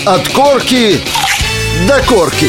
От корки до корки.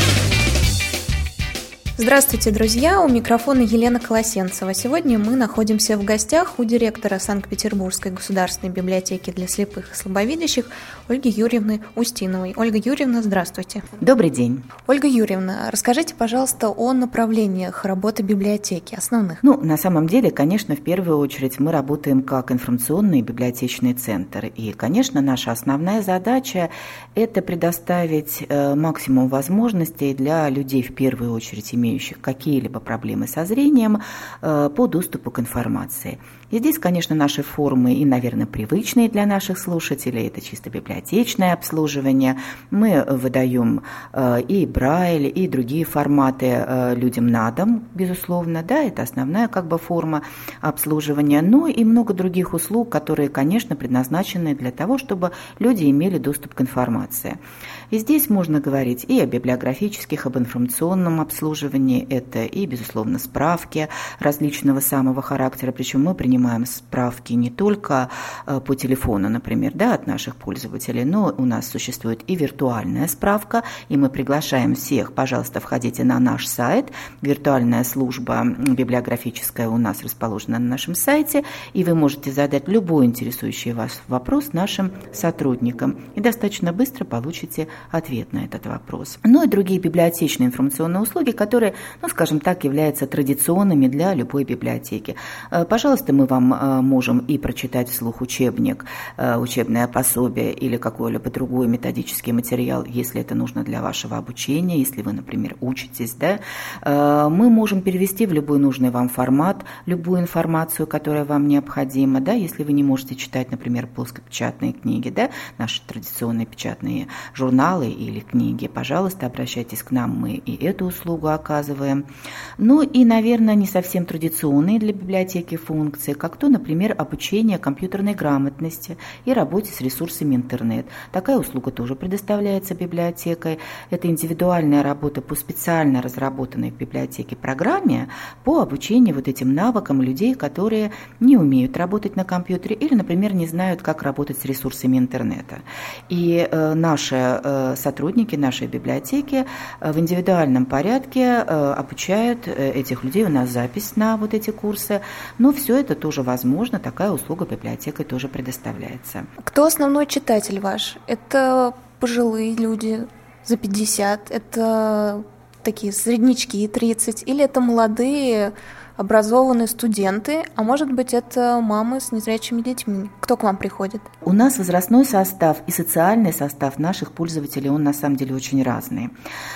Здравствуйте, друзья! У микрофона Елена Колосенцева. Сегодня мы находимся в гостях у директора Санкт-Петербургской государственной библиотеки для слепых и слабовидящих Ольги Юрьевны Устиновой. Ольга Юрьевна, здравствуйте. Добрый день. Ольга Юрьевна, расскажите, пожалуйста, о направлениях работы библиотеки, основных. На самом деле, конечно, в первую очередь мы работаем как информационный библиотечный центр. И, конечно, наша основная задача – это предоставить максимум возможностей для людей, в первую очередь, имеющих какие-либо проблемы со зрением, по доступу к информации. И здесь, конечно, наши формы и, наверное, привычные для наших слушателей. Это чисто библиотечное обслуживание. Мы выдаем и Брайль, и другие форматы людям на дом, безусловно. Да, это основная форма обслуживания. Но и много других услуг, которые, конечно, предназначены для того, чтобы люди имели доступ к информации. И здесь можно говорить и о библиографических, об информационном обслуживании. Это и, безусловно, справки различного самого характера. Причем мы принимаем справки не только по телефону, например, от наших пользователей, но у нас существует и виртуальная справка, и мы приглашаем всех, пожалуйста, входите на наш сайт. Виртуальная служба библиографическая у нас расположена на нашем сайте, и вы можете задать любой интересующий вас вопрос нашим сотрудникам, и достаточно быстро получите ответ на этот вопрос. И другие библиотечные информационные услуги, которые, скажем так, являются традиционными для любой библиотеки. Пожалуйста, мы вам можем и прочитать вслух учебник, учебное пособие или какой-либо другой методический материал, если это нужно для вашего обучения, если вы, например, учитесь. Мы можем перевести в любой нужный вам формат любую информацию, которая вам необходима. Если вы не можете читать, например, плоскопечатные книги, наши традиционные печатные журналы или книги, пожалуйста, обращайтесь к нам, мы и эту услугу оказываем. И, наверное, не совсем традиционные для библиотеки функции, как то, например, обучение компьютерной грамотности и работе с ресурсами интернет. Такая услуга тоже предоставляется библиотекой. Это индивидуальная работа по специально разработанной в библиотеке программе по обучению этим навыкам людей, которые не умеют работать на компьютере или, например, не знают, как работать с ресурсами интернета. И наши сотрудники нашей библиотеки в индивидуальном порядке обучают этих людей. У нас запись на эти курсы, но все это тоже возможно, такая услуга библиотекой тоже предоставляется. Кто основной читатель ваш? Это пожилые люди за 50, это такие среднячки 30, или это молодые образованные студенты, а может быть, это мамы с незрячими детьми? Кто к вам приходит? У нас возрастной состав и социальный состав наших пользователей, он на самом деле очень разный.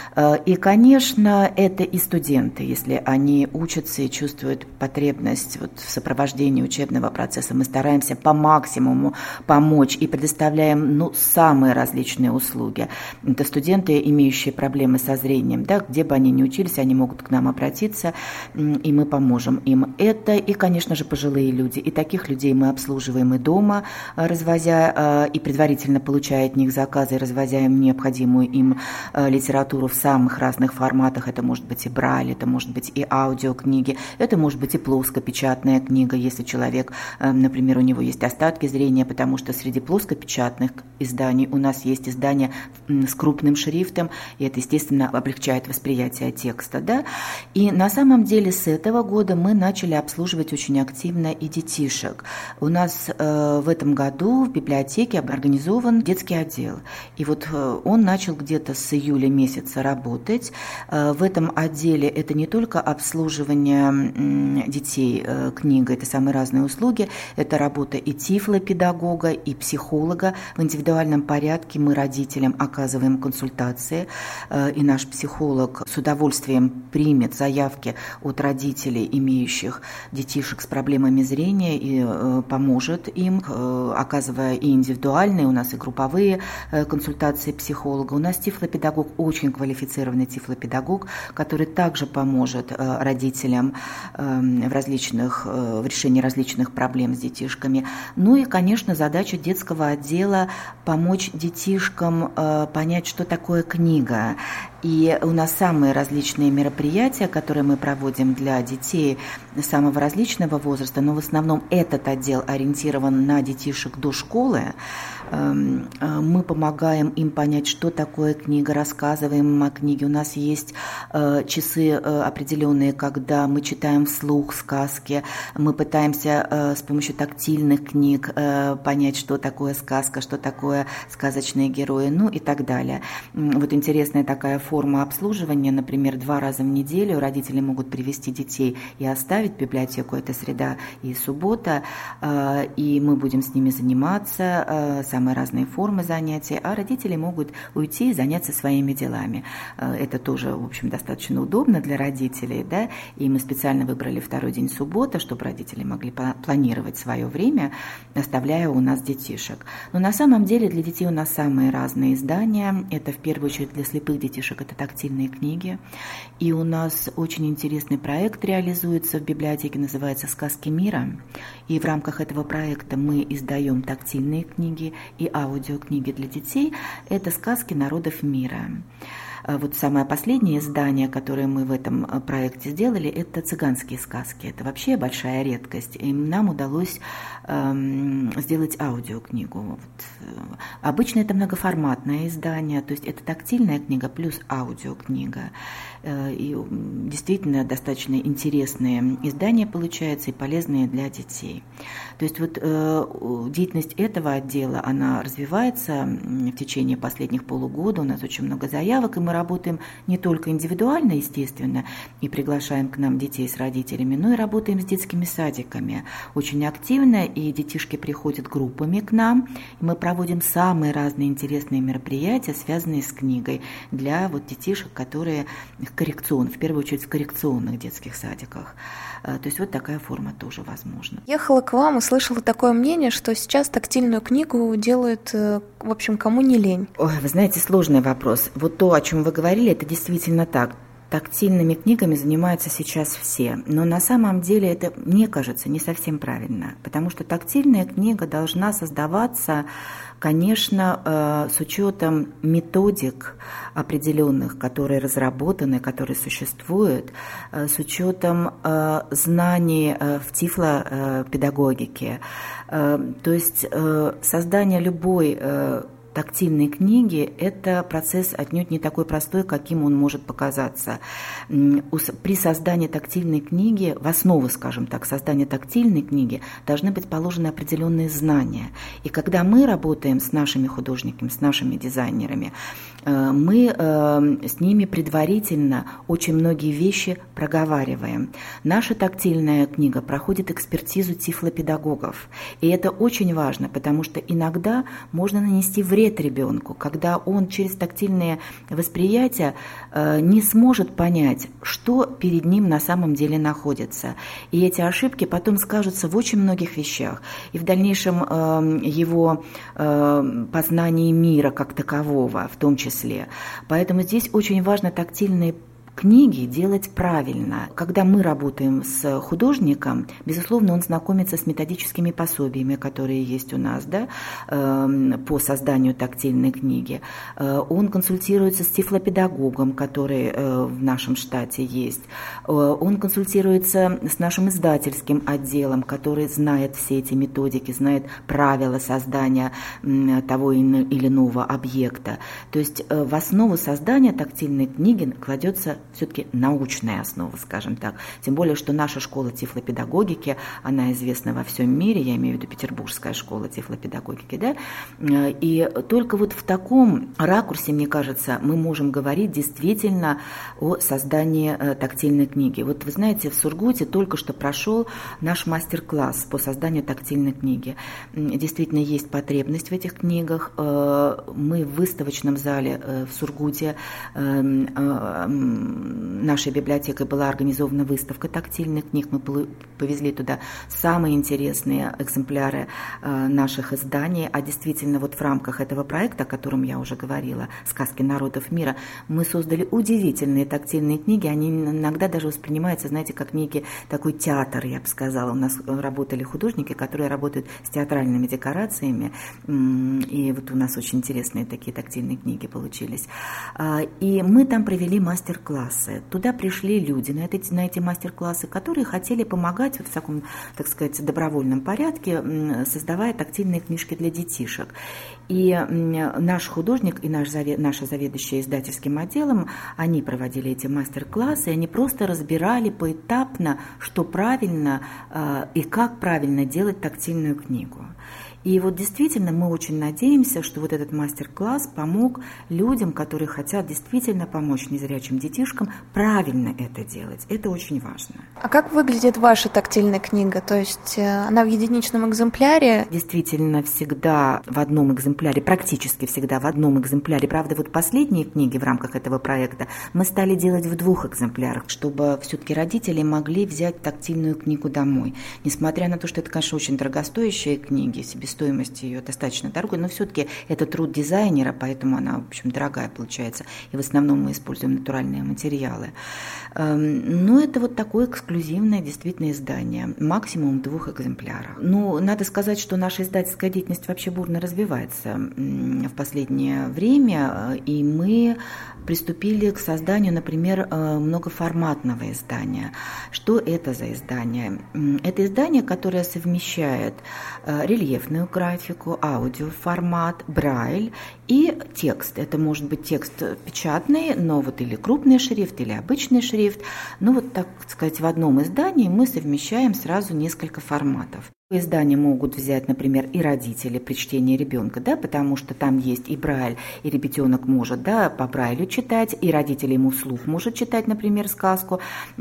И, конечно, это и студенты, если они учатся и чувствуют потребность в сопровождении учебного процесса. Мы стараемся по максимуму помочь и предоставляем самые различные услуги. Это студенты, имеющие проблемы со зрением, где бы они ни учились, они могут к нам обратиться, и мы поможем им. Это и, конечно же, пожилые люди. И таких людей мы обслуживаем и дома, развозя и предварительно получая от них заказы, и развозя им необходимую им литературу в самых разных форматах. Это может быть и Брайль, это может быть и аудиокниги, это может быть и плоскопечатная книга, если человек, например, у него есть остатки зрения, потому что среди плоскопечатных изданий у нас есть издания с крупным шрифтом, и это, естественно, облегчает восприятие текста. И на самом деле с этого года мы начали обслуживать очень активно и детишек. У нас в этом году в библиотеке организован детский отдел. И он начал где-то с июля месяца работать. В этом отделе это не только обслуживание детей книгой, это самые разные услуги, это работа и тифлопедагога, и психолога. В индивидуальном порядке мы родителям оказываем консультации, и наш психолог с удовольствием примет заявки от родителей, имеющих детишек с проблемами зрения, и поможет им, оказывая и индивидуальные, у нас и групповые консультации психолога. У нас тифлопедагог, очень квалифицированный тифлопедагог, который также поможет родителям в решении различных проблем с детишками. И, конечно, задача детского отдела – помочь детишкам понять, что такое книга. И у нас самые различные мероприятия, которые мы проводим для детей самого различного возраста, но в основном этот отдел ориентирован на детишек до школы. Мы помогаем им понять, что такое книга, рассказываем им о книге. У нас есть часы определенные, когда мы читаем вслух сказки. Мы пытаемся с помощью тактильных книг понять, что такое сказка, что такое сказочные герои, ну и так далее. Вот интересная такая форма обслуживания, например, 2 раза в неделю родители могут привести детей и оставить в библиотеку, это среда и суббота, и мы будем с ними заниматься, самые разные формы занятий, а родители могут уйти и заняться своими делами. Это тоже, в общем, достаточно удобно для родителей, да, и мы специально выбрали 2-й день суббота, чтобы родители могли планировать свое время, оставляя у нас детишек. Но на самом деле для детей у нас самые разные издания. Это в первую очередь для слепых детишек, это тактильные книги. И у нас очень интересный проект реализуется в библиотеке, называется «Сказки мира». И в рамках этого проекта мы издаем тактильные книги и аудиокниги для детей. Это сказки народов мира. Вот самое последнее издание, которое мы в этом проекте сделали, это цыганские сказки. Это вообще большая редкость. И нам удалось сделать аудиокнигу. Вот. Обычно это многоформатное издание, то есть это тактильная книга плюс аудиокнига. И действительно достаточно интересные издания получаются и полезные для детей. То есть вот деятельность этого отдела, она развивается в течение последних полугода. У нас очень много заявок, и мы работаем не только индивидуально, естественно, и приглашаем к нам детей с родителями, но и работаем с детскими садиками очень активно, и детишки приходят группами к нам, и мы проводим самые разные интересные мероприятия, связанные с книгой, для вот детишек, которые в первую очередь в коррекционных детских садиках. То есть вот такая форма тоже возможна. Ехала к вам и слышала такое мнение, что сейчас тактильную книгу делают, в общем, кому не лень. Ой, вы знаете, сложный вопрос. Вот то, о чем вы говорили, это действительно так. Тактильными книгами занимаются сейчас все, но на самом деле это, мне кажется, не совсем правильно, потому что тактильная книга должна создаваться, конечно, с учетом методик определенных, которые разработаны, которые существуют, с учетом знаний в тифлопедагогике. То есть создание любой тактильной книги – это процесс отнюдь не такой простой, каким он может показаться. При создании тактильной книги, в основу, скажем так, создания тактильной книги должны быть положены определенные знания. И когда мы работаем с нашими художниками, с нашими дизайнерами, мы с ними предварительно очень многие вещи проговариваем. Наша тактильная книга проходит экспертизу тифлопедагогов. И это очень важно, потому что иногда можно нанести вред ребенку, когда он через тактильное восприятие не сможет понять, что перед ним на самом деле находится. И эти ошибки потом скажутся в очень многих вещах. И в дальнейшем его познании мира как такового в том числе. Поэтому здесь очень важно тактильные книги делать правильно. Когда мы работаем с художником, безусловно, он знакомится с методическими пособиями, которые есть у нас, да, по созданию тактильной книги. Он консультируется с тифлопедагогом, который в нашем штате есть. Он консультируется с нашим издательским отделом, который знает все эти методики, знает правила создания того или иного объекта. То есть в основу создания тактильной книги кладется все-таки научная основа, скажем так. Тем более, что наша школа тифлопедагогики, она известна во всем мире, я имею в виду Петербургская школа тифлопедагогики, да, и только вот в таком ракурсе, мне кажется, мы можем говорить действительно о создании тактильной книги. Вот вы знаете, в Сургуте только что прошел наш мастер-класс по созданию тактильной книги. Действительно есть потребность в этих книгах. Мы в выставочном зале в Сургуте, нашей библиотекой была организована выставка тактильных книг. Мы повезли туда самые интересные экземпляры наших изданий. А действительно, вот в рамках этого проекта, о котором я уже говорила, «Сказки народов мира», мы создали удивительные тактильные книги. Они иногда даже воспринимаются, знаете, как некий такой театр, я бы сказала. У нас работали художники, которые работают с театральными декорациями. И вот у нас очень интересные такие тактильные книги получились. И мы там провели мастер-класс. мастер-классы. Туда пришли люди на эти мастер-классы, которые хотели помогать вот в таком, так сказать, добровольном порядке, создавая тактильные книжки для детишек. И наш художник и наша заведующая издательским отделом, они проводили эти мастер-классы, и они просто разбирали поэтапно, что правильно и как правильно делать тактильную книгу. И вот действительно мы очень надеемся, что вот этот мастер-класс помог людям, которые хотят действительно помочь незрячим детишкам, правильно это делать. Это очень важно. А как выглядит ваша тактильная книга? То есть она в единичном экземпляре? Действительно, всегда в одном экземпляре, практически всегда в одном экземпляре. Правда, вот последние книги в рамках этого проекта мы стали делать в 2 экземплярах, чтобы все-таки родители могли взять тактильную книгу домой. Несмотря на то, что это, конечно, очень дорогостоящие книги, себестоимость ее достаточно дорогой, но все-таки это труд дизайнера, поэтому она, в общем, дорогая получается. И в основном мы используем натуральные материалы. Но это вот такое эксклюзивное действительно издание, максимум 2 экземпляров. Ну, надо сказать, что наша издательская деятельность вообще бурно развивается в последнее время, и мы приступили к созданию, например, многоформатного издания. Что это за издание? Это издание, которое совмещает рельефную графику, аудиоформат, брайль и текст. Это может быть текст печатный, но вот или крупный шрифт, или обычный шрифт. Ну вот, так сказать, в одном издании мы совмещаем сразу несколько форматов. Издание могут взять, например, и родители при чтении ребенка, да, потому что там есть и брайль, и ребенок может, да, по брайлю читать, и родители ему вслух может читать, например, сказку,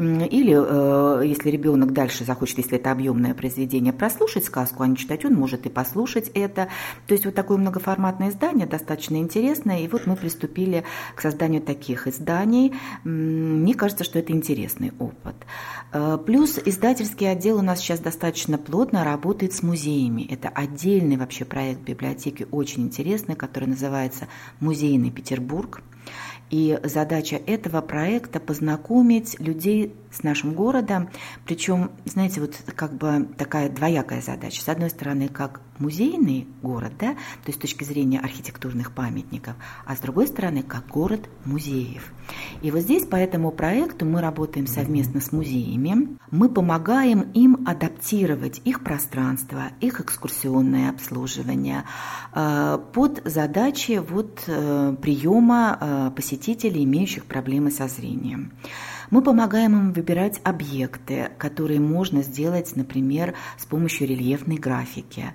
или если ребенок дальше захочет, если это объемное произведение, прослушать сказку, а не читать, он может и послушать это. То есть вот такое многоформатное издание достаточно интересное, и вот мы приступили к созданию таких изданий. Мне кажется, что это интересный опыт. Плюс издательский отдел у нас сейчас достаточно плотно работает с музеями. Это отдельный вообще проект библиотеки, очень интересный, который называется «Музейный Петербург». И задача этого проекта – познакомить людей с нашим городом. Причем, знаете, вот как бы такая двоякая задача. С одной стороны, как музейный город, да, то есть с точки зрения архитектурных памятников, а с другой стороны, как город музеев. И вот здесь по этому проекту мы работаем совместно с музеями. Мы помогаем им адаптировать их пространство, их экскурсионное обслуживание под задачи вот приема посетителей, имеющих проблемы со зрением. Мы помогаем им выбирать объекты, которые можно сделать, например, с помощью рельефной графики.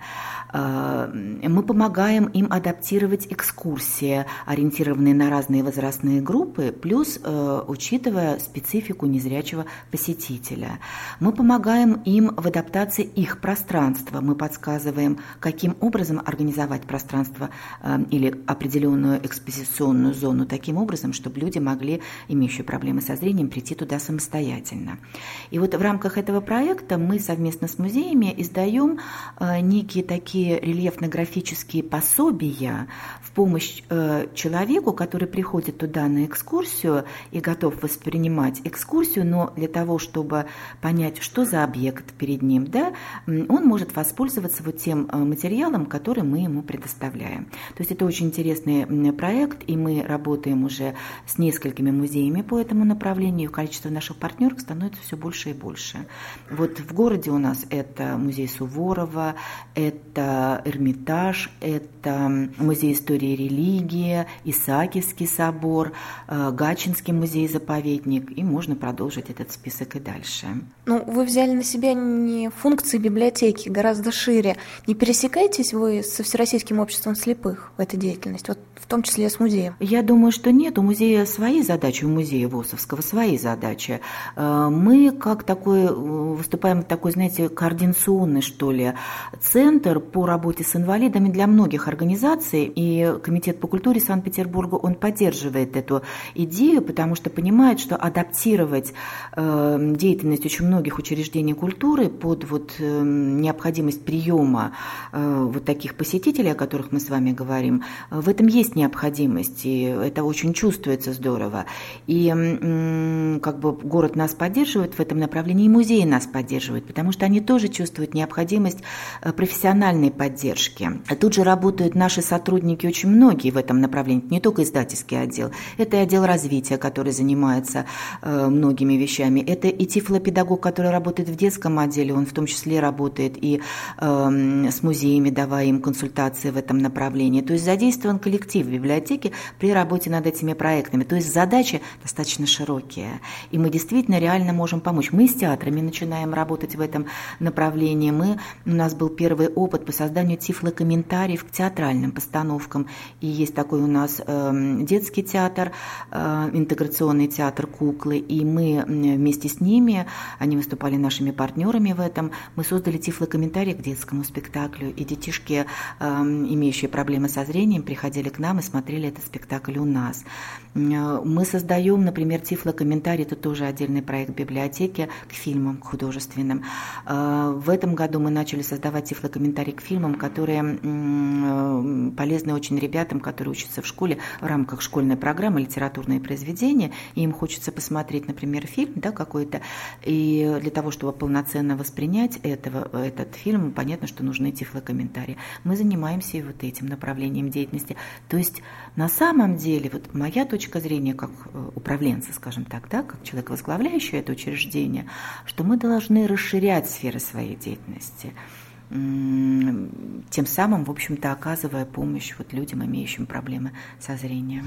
Мы помогаем им адаптировать экскурсии, ориентированные на разные возрастные группы, плюс учитывая специфику незрячего посетителя. Мы помогаем им в адаптации их пространства. Мы подсказываем, каким образом организовать пространство или определенную экспозиционную зону таким образом, чтобы люди могли, имеющие проблемы со зрением, прийти туда самостоятельно. И вот в рамках этого проекта мы совместно с музеями издаем некие такие рельефно-графические пособия в помощь человеку, который приходит туда на экскурсию и готов воспринимать экскурсию, но для того, чтобы понять, что за объект перед ним, да, он может воспользоваться вот тем материалом, который мы ему предоставляем. То есть это очень интересный проект, и мы работаем уже с несколькими музеями по этому направлению. Количество наших партнеров становится все больше и больше. Вот в городе у нас это музей Суворова, это Эрмитаж, это музей истории и религии, Исаакиевский собор, Гатчинский музей-заповедник, и можно продолжить этот список и дальше. Ну, вы взяли на себя не функции библиотеки, гораздо шире. Не пересекаетесь вы со Всероссийским обществом слепых в этой деятельности, вот в том числе с музеем? Я думаю, что нет. У музея свои задачи, у музея ВОСовского свои задачи. Мы как такой, выступаем такой, знаете, координационный, что ли, центр по работе с инвалидами для многих организаций, и Комитет по культуре Санкт-Петербурга, он поддерживает эту идею, потому что понимает, что адаптировать деятельность очень многих учреждений культуры под вот необходимость приема вот таких посетителей, о которых мы с вами говорим, в этом есть необходимость, и это очень чувствуется здорово. И как бы город нас поддерживает в этом направлении, и музеи нас поддерживают, потому что они тоже чувствуют необходимость профессиональной поддержки. Тут же работают наши сотрудники, очень многие в этом направлении, не только издательский отдел, это и отдел развития, который занимается многими вещами, это и тифлопедагог, который работает в детском отделе, он в том числе работает и с музеями, давая им консультации в этом направлении. То есть задействован коллектив в библиотеке при работе над этими проектами. То есть задачи достаточно широкие, и мы действительно реально можем помочь. Мы с театрами начинаем работать в этом направлении. У нас был первый опыт по созданию тифлокомментариев к театральным постановкам. И есть такой у нас детский театр, интеграционный театр «Куклы», и мы вместе с ними, они выступали нашими партнерами в этом, мы создали тифлокомментарий к детскому спектаклю, и детишки, имеющие проблемы со зрением, приходили к нам и смотрели этот спектакль у нас. Мы создаем, например, тифлокомментарий, это тоже отдельный проект библиотеки, к фильмам, к художественным. В этом году мы начали создавать тифлокомментарий к фильмам, которые полезны очень ребятам, которые учатся в школе в рамках школьной программы «Литературные произведения», и им хочется посмотреть, например, фильм, да, какой-то, и для того, чтобы полноценно воспринять этот фильм, понятно, что нужны тифлокомментарии. Мы занимаемся и вот этим направлением деятельности. То есть на самом деле, вот моя точка зрения как управленца, скажем так, да, как человек, возглавляющий это учреждение, что мы должны расширять сферы своей деятельности, тем самым, в общем-то, оказывая помощь вот людям, имеющим проблемы со зрением.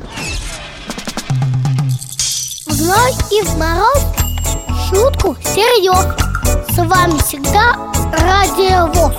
В зной и в мороз шутку серьез. С вами всегда Радио ВОС.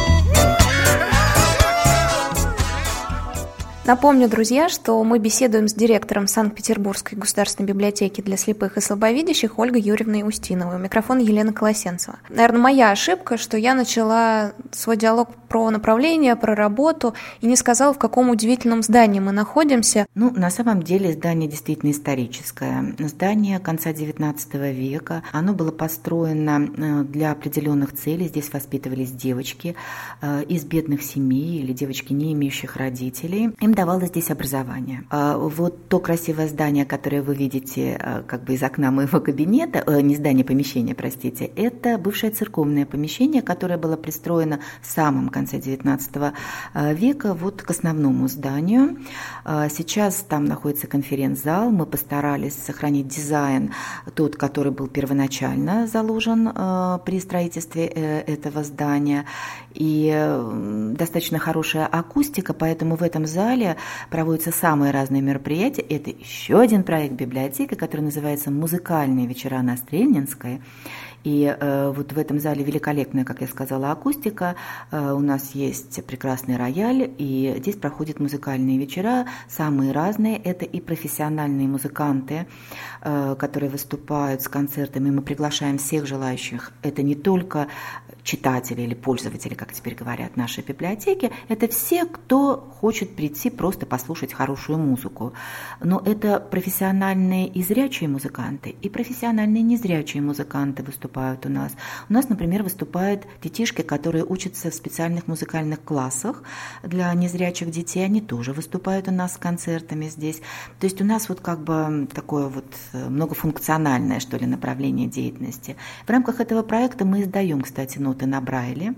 Напомню, друзья, что мы беседуем с директором Санкт-Петербургской государственной библиотеки для слепых и слабовидящих Ольгой Юрьевной Устиновой. Микрофон Елена Колосенцева. Наверное, моя ошибка, что я начала свой диалог про направление, про работу и не сказала, в каком удивительном здании мы находимся. На самом деле здание действительно историческое. Здание конца XIX века. Оно было построено для определенных целей. Здесь воспитывались девочки из бедных семей или девочки, не имеющих родителей. Им давалось здесь образование. Вот то красивое здание, которое вы видите как бы из окна моего кабинета, не здание, помещение, простите, это бывшее церковное помещение, которое было пристроено в самом конце XIX века вот к основному зданию. Сейчас там находится конференц-зал. Мы постарались сохранить дизайн, тот, который был первоначально заложен при строительстве этого здания. И достаточно хорошая акустика, поэтому в этом зале проводятся самые разные мероприятия. Это еще один проект библиотеки, который называется «Музыкальные вечера на Стрельнинской». И вот в этом зале великолепная, как я сказала, акустика. У нас есть прекрасный рояль, и здесь проходят музыкальные вечера, самые разные. Это и профессиональные музыканты, которые выступают с концертами. Мы приглашаем всех желающих. Это не только читатели или пользователи, как теперь говорят, нашей библиотеки. Это все, кто хочет прийти просто послушать хорошую музыку. Но это профессиональные и зрячие музыканты, и профессиональные незрячие музыканты выступают у нас. У нас, например, выступают детишки, которые учатся в специальных музыкальных классах для незрячих детей. Они тоже выступают у нас с концертами здесь. То есть у нас вот как бы такое вот многофункциональное, что ли, направление деятельности. В рамках этого проекта мы издаем, кстати, ноты на Брайле.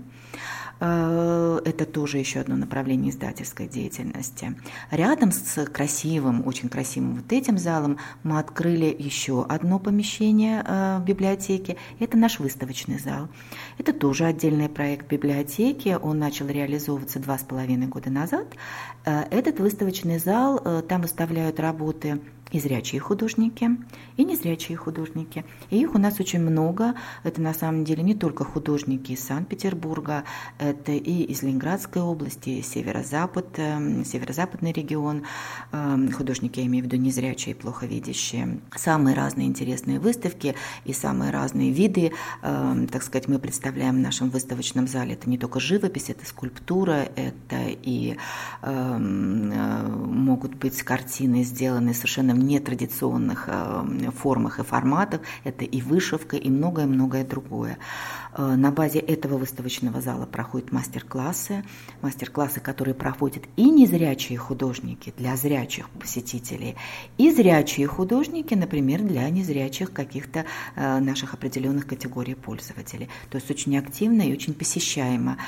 Это тоже еще одно направление издательской деятельности. Рядом с красивым, очень красивым вот этим залом мы открыли еще одно помещение в библиотеке. Это наш выставочный зал. Это тоже отдельный проект библиотеки. Он начал реализовываться 2,5 года назад. Этот выставочный зал, там выставляют работы и зрячие художники, и незрячие художники. И их у нас очень много. Это на самом деле не только художники из Санкт-Петербурга, это и из Ленинградской области, северо-западный регион, художники, я имею в виду незрячие и плохо видящие. Самые разные интересные выставки и самые разные виды, так сказать, мы представляем в нашем выставочном зале. Это не только живопись, это скульптура, это и могут быть картины, сделанные совершенно нетрадиционных формах и форматах. Это и вышивка, и многое-многое другое. На базе этого выставочного зала проходят мастер-классы, которые проходят и незрячие художники для зрячих посетителей, и зрячие художники, например, для незрячих каких-то наших определенных категорий пользователей. То есть очень активно и очень посещаемо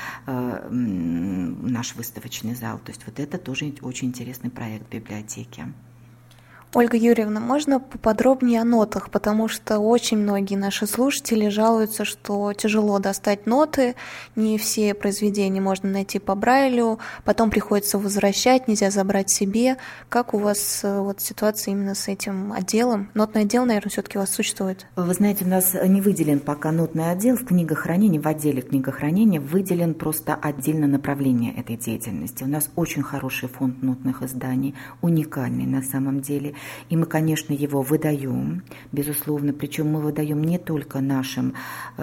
наш выставочный зал. То есть вот это тоже очень интересный проект библиотеки. Ольга Юрьевна, можно поподробнее о нотах, потому что очень многие наши слушатели жалуются, что тяжело достать ноты, не все произведения можно найти по Брайлю, потом приходится возвращать, нельзя забрать себе. Как у вас вот ситуация именно с этим отделом? Нотный отдел, наверное, все-таки у вас существует? Вы знаете, у нас не выделен пока нотный отдел в книгохранении, в отделе книгохранения выделен просто отдельное направление этой деятельности. У нас очень хороший фонд нотных изданий, уникальный на самом деле. И мы, конечно, его выдаем, безусловно, причем мы выдаем не только нашим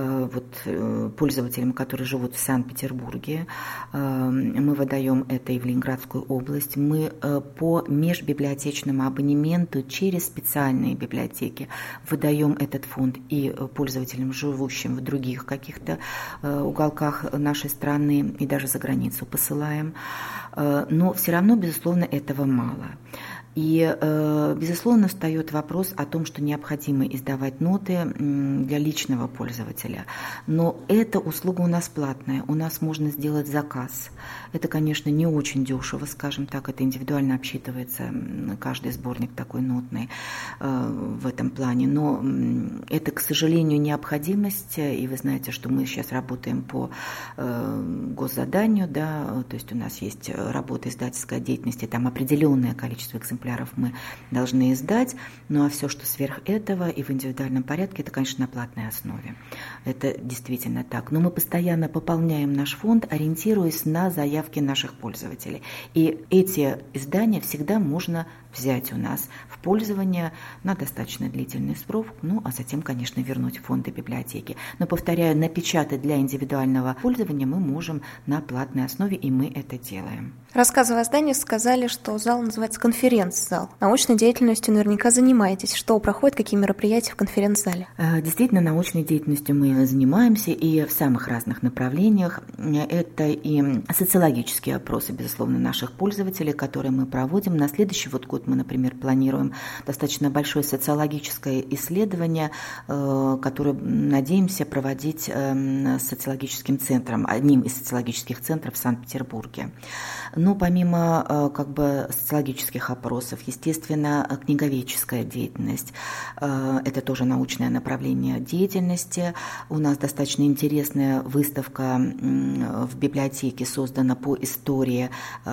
пользователям, которые живут в Санкт-Петербурге, мы выдаем это и в Ленинградскую область, мы по межбиблиотечному абонементу через специальные библиотеки выдаем этот фонд и пользователям, живущим в других каких-то уголках нашей страны, и даже за границу посылаем. Но все равно, безусловно, этого мало. И, безусловно, встает вопрос о том, что необходимо издавать ноты для личного пользователя. Но эта услуга у нас платная, у нас можно сделать заказ. Это, конечно, не очень дешево, скажем так, это индивидуально обсчитывается каждый сборник такой нотный в этом плане. Но это, к сожалению, необходимость, и вы знаете, что мы сейчас работаем по госзаданию, да, то есть у нас есть работа издательской деятельности, там определенное количество экземпляров мы должны издать, ну а все, что сверх этого и в индивидуальном порядке, это, конечно, на платной основе. Это действительно так. Но мы постоянно пополняем наш фонд, ориентируясь на заявки наших пользователей. И эти издания всегда можно взять у нас в пользование на достаточно длительный срок, ну а затем, конечно, вернуть в фонды библиотеки. Но, повторяю, напечатать для индивидуального пользования мы можем на платной основе, и мы это делаем. Рассказывая о здании, сказали, что зал называется конференц-зал. Научной деятельностью наверняка занимаетесь. Что проходит, какие мероприятия в конференц-зале? Действительно, научной деятельностью мы занимаемся и в самых разных направлениях. Это и социологические опросы, безусловно, наших пользователей, которые мы проводим. На следующий год мы, например, планируем достаточно большое социологическое исследование, которое надеемся проводить с социологическим центром, одним из социологических центров в Санкт-Петербурге. Но помимо социологических опросов, естественно, книговедческая деятельность. Это тоже научное направление деятельности. У нас достаточно интересная выставка в библиотеке создана по истории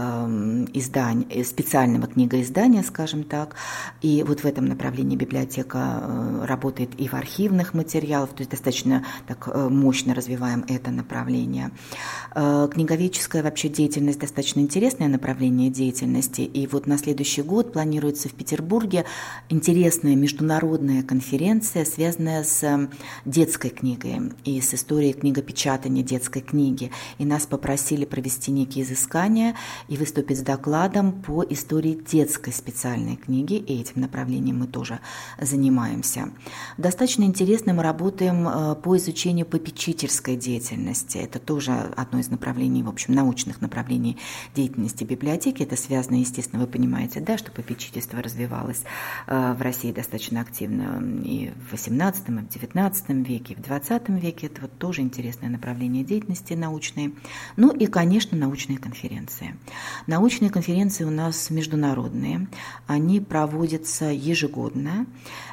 специального книгоиздания, скажем так. И вот в этом направлении библиотека работает и в архивных материалах, то есть достаточно так мощно развиваем это направление. Книговедческая вообще деятельность достаточно интересное направление деятельности. И вот на следующий год планируется в Петербурге интересная международная конференция, связанная с детской книгой и с историей книгопечатания детской книги. И нас попросили провести некие изыскания и выступить с докладом по истории детской специальной книги, и этим направлением мы тоже занимаемся. Достаточно интересно мы работаем по изучению попечительской деятельности. Это тоже одно из направлений, в общем, научных направлений деятельности библиотеки. Это связано, естественно, вы понимаете, да, что попечительство развивалось в России достаточно активно и в XVIII, и в XIX веке, и в XX веке. Это вот тоже интересное направление деятельности научной. Ну и, конечно, научные конференции. Научные конференции у нас международные. Они проводятся ежегодно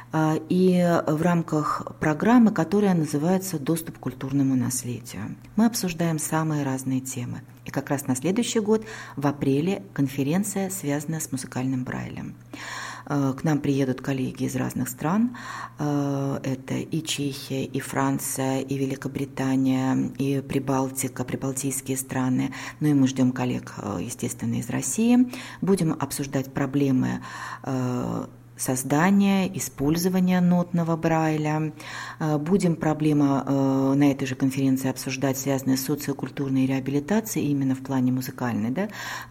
и в рамках программы, которая называется «Доступ к культурному наследию». Мы обсуждаем самые разные темы. И как раз на следующий год, в апреле, конференция, связанная с музыкальным Брайлем. К нам приедут коллеги из разных стран. Это и Чехия, и Франция, и Великобритания, и Прибалтика, прибалтийские страны. Ну и мы ждем коллег, естественно, из России. Будем обсуждать проблемы создания, использования нотного Брайля. Будем проблемы на этой же конференции обсуждать, связанные с социокультурной реабилитацией, именно в плане музыкальной, да,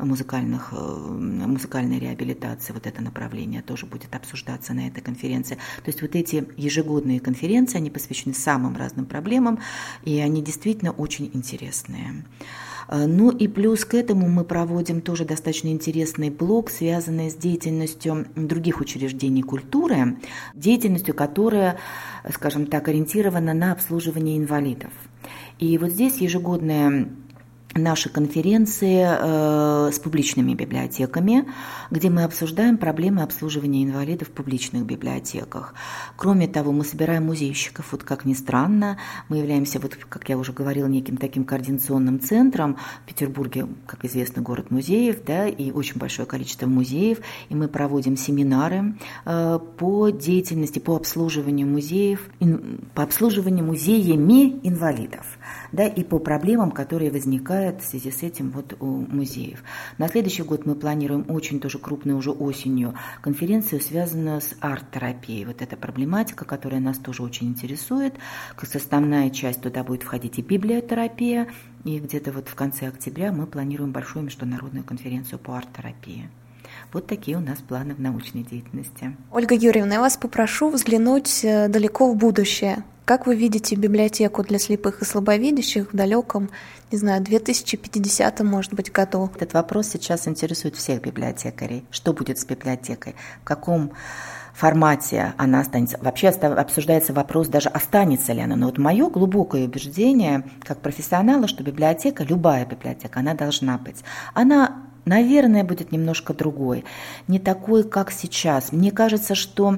музыкальной реабилитации. Вот это направление тоже будет обсуждаться на этой конференции. То есть вот эти ежегодные конференции, они посвящены самым разным проблемам, и они действительно очень интересные. Ну и плюс к этому мы проводим тоже достаточно интересный блок, связанный с деятельностью других учреждений культуры, деятельностью, которая, скажем так, ориентирована на обслуживание инвалидов. И вот здесь ежегодная наши конференции с публичными библиотеками, где мы обсуждаем проблемы обслуживания инвалидов в публичных библиотеках. Кроме того, мы собираем музейщиков, вот как ни странно, мы являемся, вот, как я уже говорила, неким таким координационным центром. В Петербурге, как известно, город музеев, да, и очень большое количество музеев, и мы проводим семинары по деятельности, по обслуживанию музеев, по обслуживанию музеями инвалидов, да, и по проблемам, которые возникают в связи с этим вот у музеев. На следующий год мы планируем очень тоже крупную уже осенью конференцию, связанную с арт-терапией. Вот эта проблематика, которая нас тоже очень интересует. Как основная часть туда будет входить и библиотерапия, и где-то вот в конце октября мы планируем большую международную конференцию по арт-терапии. Вот такие у нас планы в научной деятельности. Ольга Юрьевна, я вас попрошу взглянуть далеко в будущее. Как вы видите библиотеку для слепых и слабовидящих в далеком, не знаю, 2050, может быть, году? Этот вопрос сейчас интересует всех библиотекарей. Что будет с библиотекой? В каком формате она останется? Вообще обсуждается вопрос даже, останется ли она. Но вот мое глубокое убеждение, как профессионала, что библиотека, любая библиотека, она должна быть. Она, наверное, будет немножко другой, не такой, как сейчас. Мне кажется, что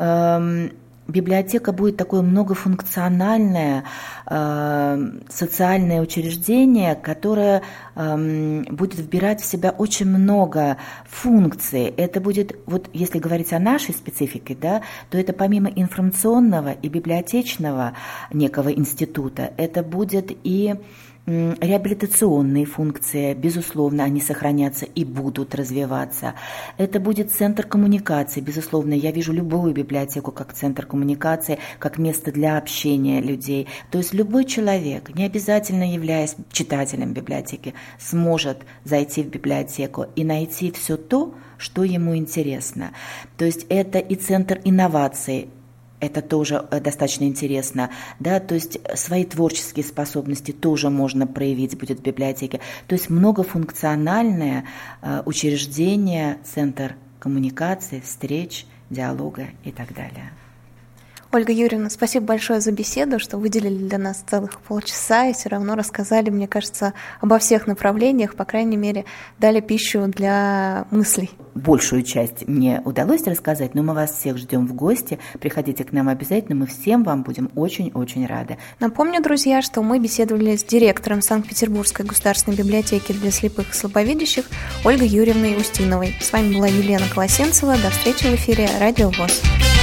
библиотека будет такое многофункциональное социальное учреждение, которое будет вбирать в себя очень много функций. Это будет, вот если говорить о нашей специфике, да, то это помимо информационного и библиотечного некого института, это будет и реабилитационные функции, безусловно, они сохранятся и будут развиваться. Это будет центр коммуникации, безусловно. Я вижу любую библиотеку как центр коммуникации, как место для общения людей. То есть любой человек, не обязательно являясь читателем библиотеки, сможет зайти в библиотеку и найти все то, что ему интересно. То есть это и центр инноваций. Это тоже достаточно интересно, да, то есть свои творческие способности тоже можно проявить будет в библиотеке. То есть многофункциональное учреждение, центр коммуникации, встреч, диалога и так далее. Ольга Юрьевна, спасибо большое за беседу, что выделили для нас целых полчаса и все равно рассказали, мне кажется, обо всех направлениях, по крайней мере, дали пищу для мыслей. Большую часть мне удалось рассказать, но мы вас всех ждем в гости. Приходите к нам обязательно, мы всем вам будем очень-очень рады. Напомню, друзья, что мы беседовали с директором Санкт-Петербургской государственной библиотеки для слепых и слабовидящих Ольгой Юрьевной Устиновой. С вами была Елена Колосенцева. До встречи в эфире Радио ВОС.